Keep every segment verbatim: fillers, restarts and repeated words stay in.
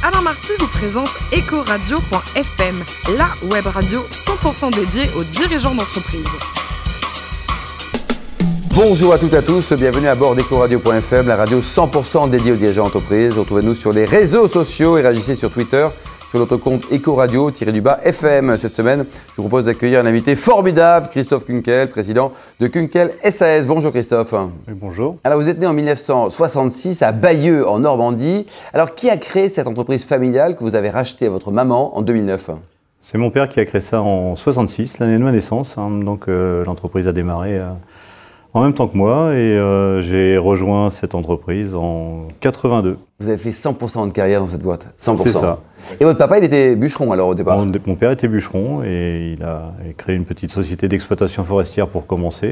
Alain Marty vous présente Ecoradio point F M, la web radio cent pour cent dédiée aux dirigeants d'entreprise. Bonjour à toutes et à tous, bienvenue à bord d'Ecoradio point F M, la radio cent pour cent dédiée aux dirigeants d'entreprise. Retrouvez-nous sur les réseaux sociaux et réagissez sur Twitter sur notre compte Ecoradio-du-bas F M. Cette semaine, je vous propose d'accueillir un invité formidable, Christophe Kunkel, président de Kunkel S A S. Bonjour Christophe. Oui, bonjour. Alors vous êtes né en mille neuf cent soixante-six à Bayeux en Normandie. Alors qui a créé cette entreprise familiale que vous avez rachetée à votre maman en deux mille neuf ? C'est mon père qui a créé ça en soixante-six, l'année de ma naissance. Hein, donc euh, l'entreprise a démarré euh, en même temps que moi et euh, j'ai rejoint cette entreprise en quatre-vingt-deux. Vous avez fait cent pour cent de carrière dans cette boîte, cent pour cent. C'est ça. Et votre papa, il était bûcheron alors au départ ? Mon, mon père était bûcheron et il a créé une petite société d'exploitation forestière pour commencer.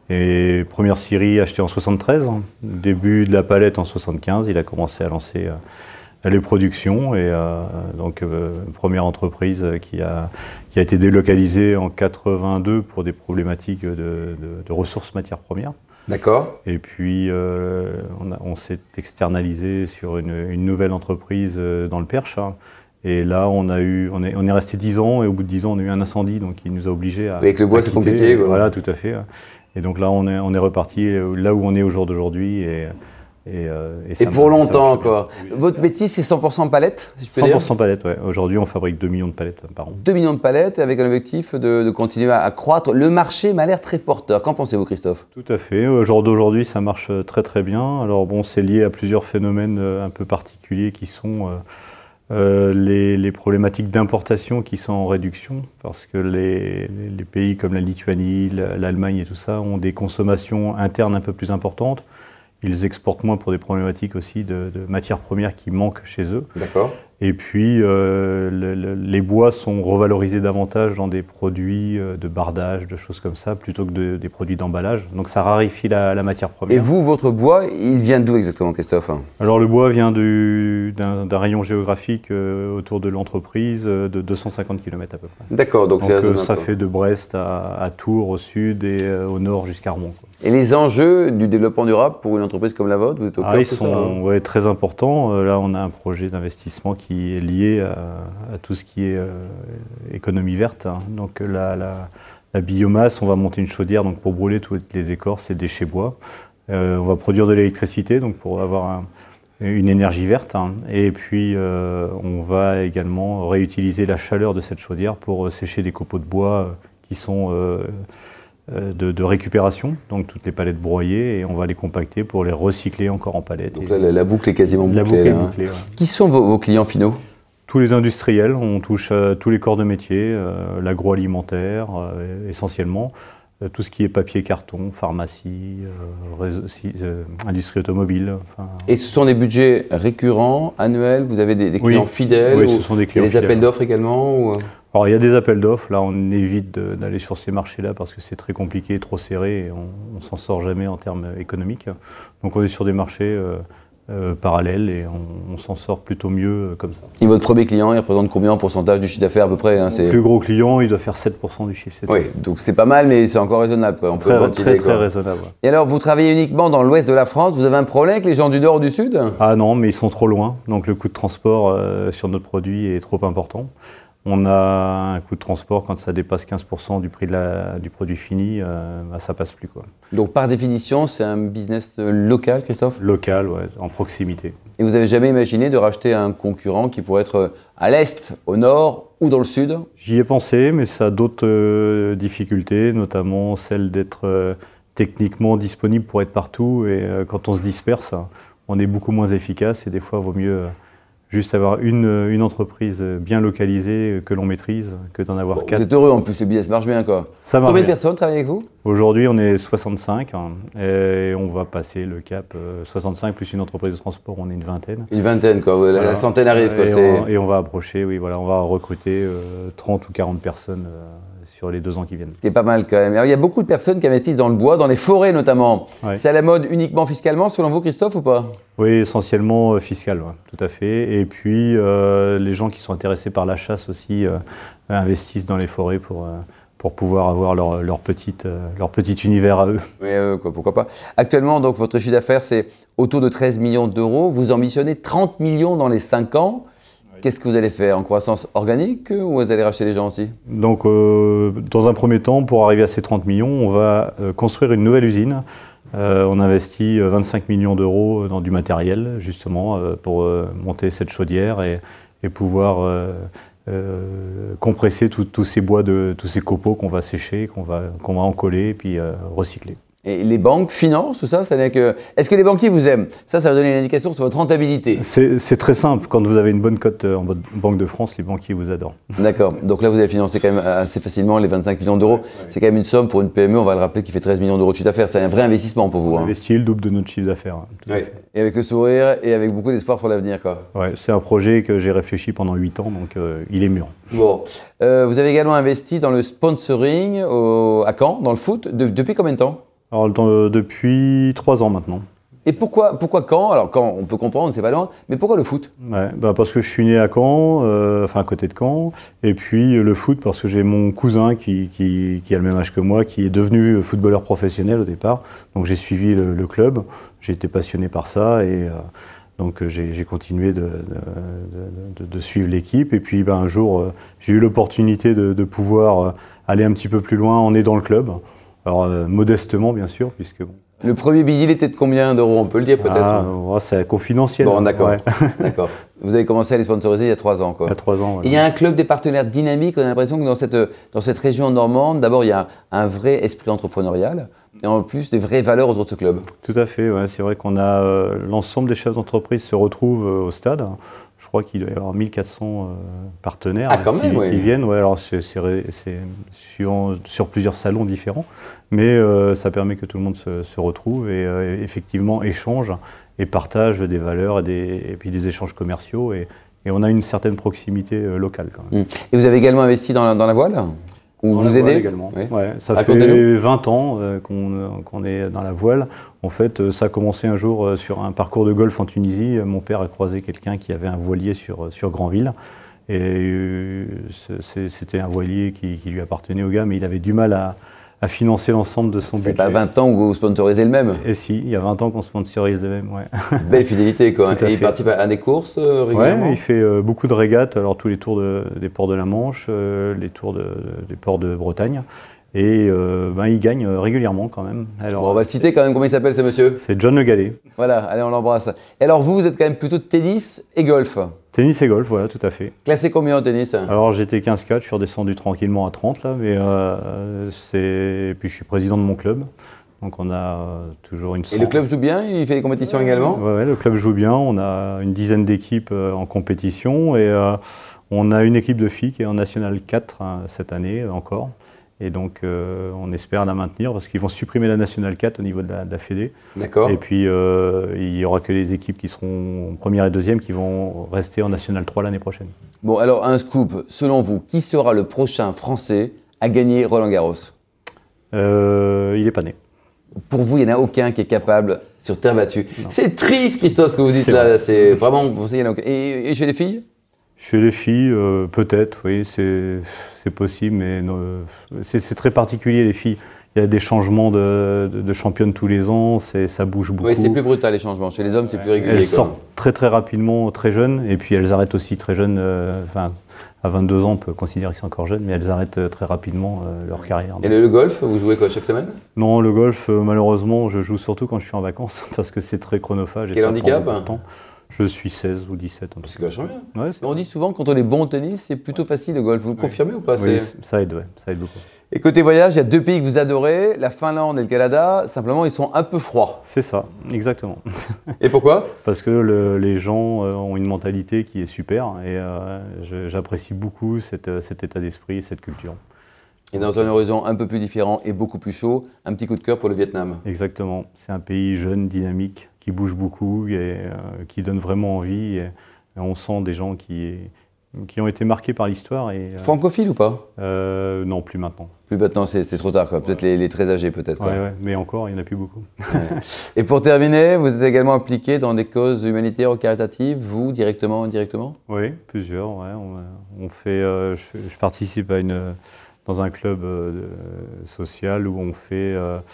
Et première scierie achetée en soixante-treize, début de la palette en soixante-quinze, il a commencé à lancer euh, les productions. Et euh, donc euh, première entreprise qui a, qui a été délocalisée en quatre-vingt-deux pour des problématiques de, de, de ressources matières premières. D'accord. Et puis, euh, on, a, on s'est externalisé sur une, une nouvelle entreprise euh, dans le Perche. Hein. Et là, on, a eu, on, est, on est resté dix ans et au bout de dix ans, on a eu un incendie. Donc, il nous a obligés à. Avec le bois, c'est compliqué. Quoi. Voilà, tout à fait. Et donc là, on est, on est reparti là où on est au jour d'aujourd'hui. Et, et, euh, et, ça et pour ça longtemps encore. Oui, Votre métier, c'est cent pour cent palette, si je peux cent pour cent dire palettes, oui. Aujourd'hui, on fabrique deux millions de palettes par an. deux millions de palettes avec un objectif de, de continuer à, à croître. Le marché m'a l'air très porteur. Qu'en pensez-vous, Christophe ? Tout à fait. Au jour d'aujourd'hui, ça marche très très bien. Alors bon, c'est lié à plusieurs phénomènes un peu particuliers qui sont euh, euh, les, les problématiques d'importation qui sont en réduction parce que les, les pays comme la Lituanie, l'Allemagne et tout ça ont des consommations internes un peu plus importantes. Ils exportent moins pour des problématiques aussi de, de matières premières qui manquent chez eux. D'accord. Et puis, euh, le, le, les bois sont revalorisés davantage dans des produits de bardage, de choses comme ça, plutôt que de, des produits d'emballage. Donc, ça raréfie la, la matière première. Et vous, votre bois, il vient d'où exactement, Christophe ? Alors, le bois vient du, d'un, d'un rayon géographique euh, autour de l'entreprise euh, de deux cent cinquante kilomètres à peu près. D'accord, donc, donc c'est euh, ça fait de Brest à, à Tours au sud et euh, au nord jusqu'à Rouen. Quoi. Et les enjeux du développement durable pour une entreprise comme la vôtre, vous êtes au cœur ah, de ils ça, sont hein ouais, très importants. Euh, là, on a un projet d'investissement qui est lié à, à tout ce qui est euh, économie verte. Hein. Donc la, la, la biomasse, on va monter une chaudière donc, pour brûler toutes les écorces, les déchets bois. Euh, on va produire de l'électricité donc pour avoir un, une énergie verte. Hein. Et puis, euh, on va également réutiliser la chaleur de cette chaudière pour euh, sécher des copeaux de bois euh, qui sont... Euh, De, de récupération, donc toutes les palettes broyées, et on va les compacter pour les recycler encore en palettes. Donc là, la, la boucle est quasiment bouclée. La boucle est hein. bouclée, ouais. Qui sont vos, vos clients finaux ? Tous les industriels, on touche à tous les corps de métier, euh, l'agroalimentaire euh, essentiellement, euh, tout ce qui est papier, carton, pharmacie, euh, réseau, si, euh, industrie automobile. Enfin, et ce sont des budgets récurrents, annuels ? Vous avez des, des clients oui. fidèles ? Oui, ce sont des clients et des fidèles. appels d'offres également ou... Alors il y a des appels d'offres, là on évite de, d'aller sur ces marchés-là parce que c'est très compliqué, trop serré et on ne s'en sort jamais en termes économiques. Donc on est sur des marchés euh, euh, parallèles et on, on s'en sort plutôt mieux euh, comme ça. Et votre premier client, il représente combien en pourcentage du chiffre d'affaires à peu près hein, c'est... Le plus gros client, il doit faire sept pour cent du chiffre. Oui, donc c'est pas mal mais c'est encore raisonnable. Quoi. On très, peut très, très, très raisonnable. Ouais. Et alors vous travaillez uniquement dans l'ouest de la France, vous avez un problème avec les gens du nord ou du sud ? Ah non, mais ils sont trop loin, donc le coût de transport euh, sur notre produit est trop important. On a un coût de transport, quand ça dépasse quinze pour cent du prix de la, du produit fini, euh, bah, ça passe plus. Quoi. Donc par définition, c'est un business local, Christophe ? Local, ouais, en proximité. Et vous n'avez jamais imaginé de racheter un concurrent qui pourrait être à l'est, au nord ou dans le sud ? J'y ai pensé, mais ça a d'autres euh, difficultés, notamment celle d'être euh, techniquement disponible pour être partout. Et euh, quand on se disperse, on est beaucoup moins efficace et des fois, il vaut mieux... Euh, Juste avoir une, une entreprise bien localisée que l'on maîtrise, que d'en avoir bon, quatre. Vous êtes heureux en plus, le business marche bien quoi. Ça marche Combien de bien. personnes travaillent avec vous ? Aujourd'hui, on est soixante-cinq hein, et on va passer le cap euh, soixante-cinq plus une entreprise de transport, on est une vingtaine. Une vingtaine quoi, la, voilà. la centaine arrive quoi. Et, c'est... on, et on va approcher, oui, voilà, on va recruter euh, trente ou quarante personnes euh, sur les deux ans qui viennent. Ce qui est pas mal quand même. Alors, il y a beaucoup de personnes qui investissent dans le bois, dans les forêts notamment. Ouais. C'est à la mode uniquement fiscalement selon vous Christophe ou pas ? Oui, essentiellement euh, fiscal, ouais, tout à fait. Et puis euh, les gens qui sont intéressés par la chasse aussi euh, investissent dans les forêts pour, euh, pour pouvoir avoir leur, leur, petite, euh, leur petit univers à eux. Oui, euh, quoi, pourquoi pas. Actuellement, donc, votre chiffre d'affaires, c'est autour de treize millions d'euros. Vous ambitionnez trente millions dans les cinq ans. Qu'est-ce que vous allez faire en croissance organique ou vous allez racheter les gens aussi? Donc, euh, dans un premier temps, pour arriver à ces trente millions, on va euh, construire une nouvelle usine. Euh, on investit vingt-cinq millions d'euros dans du matériel, justement, euh, pour euh, monter cette chaudière et, et pouvoir euh, euh, compresser tous ces bois, de, tous ces copeaux qu'on va sécher, qu'on va, qu'on va encoller et puis euh, recycler. Et les banques financent tout ça, c'est-à-dire que, est-ce que les banquiers vous aiment? Ça, ça va donner une indication sur votre rentabilité. C'est très simple. Quand vous avez une bonne cote en Banque de France, les banquiers vous adorent. D'accord. Donc là, vous avez financé quand même assez facilement les vingt-cinq millions d'euros. Ouais, ouais. C'est quand même une somme pour une P M E, on va le rappeler, qui fait treize millions d'euros de chiffre d'affaires. C'est un vrai investissement pour vous. On hein. investit le double de notre chiffre d'affaires. Hein, ouais. Et avec le sourire et avec beaucoup d'espoir pour l'avenir, quoi. Ouais, c'est un projet que j'ai réfléchi pendant huit ans, donc euh, il est mûr. Bon. Euh, vous avez également investi dans le sponsoring au, à Caen, dans le foot. De, depuis combien de temps? Alors, euh, depuis trois ans maintenant. Et pourquoi, pourquoi Caen? Alors Caen, on peut comprendre, c'est pas loin, mais pourquoi le foot? Ouais, bah parce que je suis né à Caen, euh, enfin à côté de Caen, et puis euh, le foot parce que j'ai mon cousin qui, qui, qui a le même âge que moi, qui est devenu footballeur professionnel au départ, donc j'ai suivi le, le club, j'ai été passionné par ça, et euh, donc j'ai continué de, de, de, de, de suivre l'équipe, et puis ben, un jour euh, j'ai eu l'opportunité de, de pouvoir aller un petit peu plus loin en aidant le club. Alors, euh, modestement, bien sûr, puisque... Bon. Le premier billet, il était de combien d'euros? On peut le dire peut-être. Ah, ouais, c'est confidentiel. Bon, d'accord. Ouais. D'accord. Vous avez commencé à les sponsoriser il y a trois ans, quoi. Il y a trois ans, ouais. Il y a un club des partenaires dynamiques. On a l'impression que dans cette, dans cette région normande, d'abord, il y a un vrai esprit entrepreneurial et en plus des vraies valeurs autour de ce club. Tout à fait, ouais. C'est vrai qu'on a... Euh, l'ensemble des chefs d'entreprise se retrouvent euh, au stade. Je crois qu'il doit y avoir mille quatre cents euh, partenaires ah, quand qui, même, ouais. qui viennent. Ouais, alors c'est sur, sur plusieurs salons différents, mais euh, ça permet que tout le monde se, se retrouve et euh, effectivement échange et partage des valeurs et, des, et puis des échanges commerciaux. Et, et on a une certaine proximité euh, locale quand même. Et vous avez également investi dans la, dans la voile? Ou dans vous aidez également. Oui. Ouais, ça fait vingt ans euh, qu'on qu'on est dans la voile. En fait, ça a commencé un jour euh, sur un parcours de golf en Tunisie. Mon père a croisé quelqu'un qui avait un voilier sur, sur Granville. Et euh, c'était un voilier qui, qui lui appartenait au gars, mais il avait du mal à, à financer l'ensemble de son budget. C'est pas vingt ans où vous sponsorisez le même? Et si, il y a vingt ans qu'on sponsorise le même, ouais. Belle fidélité, quoi. Et il participe à des courses euh, régulièrement? Ouais, il fait euh, beaucoup de régates, alors tous les tours de, des ports de la Manche, euh, les tours de, de, des ports de Bretagne. Et euh, ben, il gagne régulièrement quand même. Alors, bon, on va citer quand même comment il s'appelle ce monsieur. C'est John Le Galley. Voilà, allez on l'embrasse. Et alors vous, vous êtes quand même plutôt de tennis et golf? Tennis et golf, voilà, tout à fait. Classé combien en tennis? Alors j'étais quinze quatre, je suis redescendu tranquillement à trente là, mais euh, c'est... Et puis je suis président de mon club. Donc on a euh, toujours une... Et le club joue bien? Il fait des compétitions ouais, également? Ouais, ouais, le club joue bien. On a une dizaine d'équipes euh, en compétition et euh, on a une équipe de filles qui est en National quatre hein, cette année euh, encore. Et donc, euh, on espère la maintenir parce qu'ils vont supprimer la National quatre au niveau de la, de la Fédé. D'accord. Et puis, euh, il n'y aura que les équipes qui seront première et deuxième qui vont rester en National trois l'année prochaine. Bon, alors, un scoop. Selon vous, qui sera le prochain Français à gagner Roland-Garros? euh, Il n'est pas né. Pour vous, il n'y en a aucun qui est capable sur terre battue. C'est triste, Christophe, ce que vous dites là. C'est vraiment... Vous pensez qu'il y en a aucun. Et, et chez les filles? Chez les filles, euh, peut-être, oui, c'est possible, mais euh, c'est très particulier, les filles. Il y a des changements de, de, de championnes tous les ans, ça bouge beaucoup. Oui, c'est plus brutal les changements. Chez les hommes, c'est plus régulier. Elles sortent très très rapidement, très jeunes, et puis elles arrêtent aussi très jeunes. Euh, enfin, à vingt-deux ans, on peut considérer qu'elles sont encore jeunes, mais elles arrêtent très rapidement euh, leur carrière. Et le, le golf, vous jouez quoi chaque semaine? Non, le golf, euh, malheureusement, je joue surtout quand je suis en vacances, parce que c'est très chronophage. Quel handicap? Je suis seize ou dix-sept. C'est vachement bien. Ouais, on dit souvent que quand on est bon au tennis, c'est plutôt facile le golf. Vous le ouais. confirmez ou pas? Oui, ça aide, ouais. Ça aide beaucoup. Et côté voyage, il y a deux pays que vous adorez, la Finlande et le Canada. Simplement, ils sont un peu froids. C'est ça, exactement. Et pourquoi? Parce que le, les gens euh, ont une mentalité qui est super et euh, j'apprécie beaucoup cette, cet état d'esprit, cette culture. Et dans un horizon un peu plus différent et beaucoup plus chaud, un petit coup de cœur pour le Vietnam. Exactement. C'est un pays jeune, dynamique, qui bouge beaucoup et euh, qui donne vraiment envie. Et, et on sent des gens qui, qui ont été marqués par l'histoire. Euh, Francophile ou pas? euh, Non, plus maintenant. Plus maintenant, c'est trop tard. Peut-être ouais. les, les très âgés, peut-être. Ouais, ouais, mais encore, il n'y en a plus beaucoup. Ouais. Et pour terminer, vous êtes également impliqué dans des causes humanitaires ou caritatives, vous, directement ou indirectement? Oui, plusieurs. Ouais. On, on fait, euh, je, je participe à une... dans un club euh, social où on fait, euh,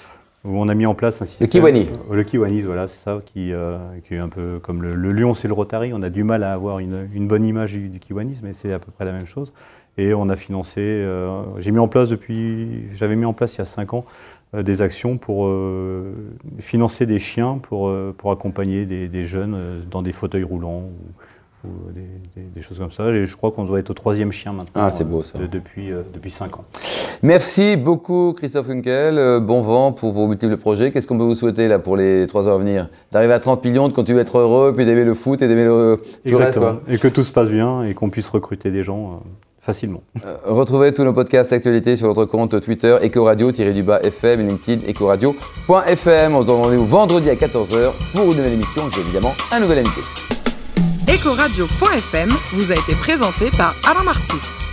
où on a mis en place un système. Le Kiwanis. Le Kiwanis, voilà, c'est ça, qui, euh, qui est un peu comme le, le Lion, c'est le Rotary. On a du mal à avoir une, une bonne image du, du Kiwanis, mais c'est à peu près la même chose. Et on a financé, euh, j'ai mis en place depuis, j'avais mis en place il y a cinq ans euh, des actions pour euh, financer des chiens pour, euh, pour accompagner des, des jeunes euh, dans des fauteuils roulants ou, ou des, des, des choses comme ça. Et je crois qu'on doit être au troisième chien maintenant. Ah, c'est beau ça. Euh, de, depuis, euh, depuis cinq ans. Merci beaucoup Christophe Hunkel. Euh, bon vent pour vos multiples projets. Qu'est-ce qu'on peut vous souhaiter là pour les trois ans à venir? D'arriver à trente millions, de continuer à être heureux, puis d'aimer le foot et d'aimer le, tout le reste, quoi. Et que tout se passe bien et qu'on puisse recruter des gens. Euh, facilement. Euh, retrouvez tous nos podcasts actualités sur notre compte Twitter Ecoradio-du-bas F M et LinkedIn Ecoradio point F M. On se donne rendez-vous vendredi à quatorze heures pour une nouvelle émission et évidemment un nouvel invité. Ecoradio point F M vous a été présenté par Alain Marty.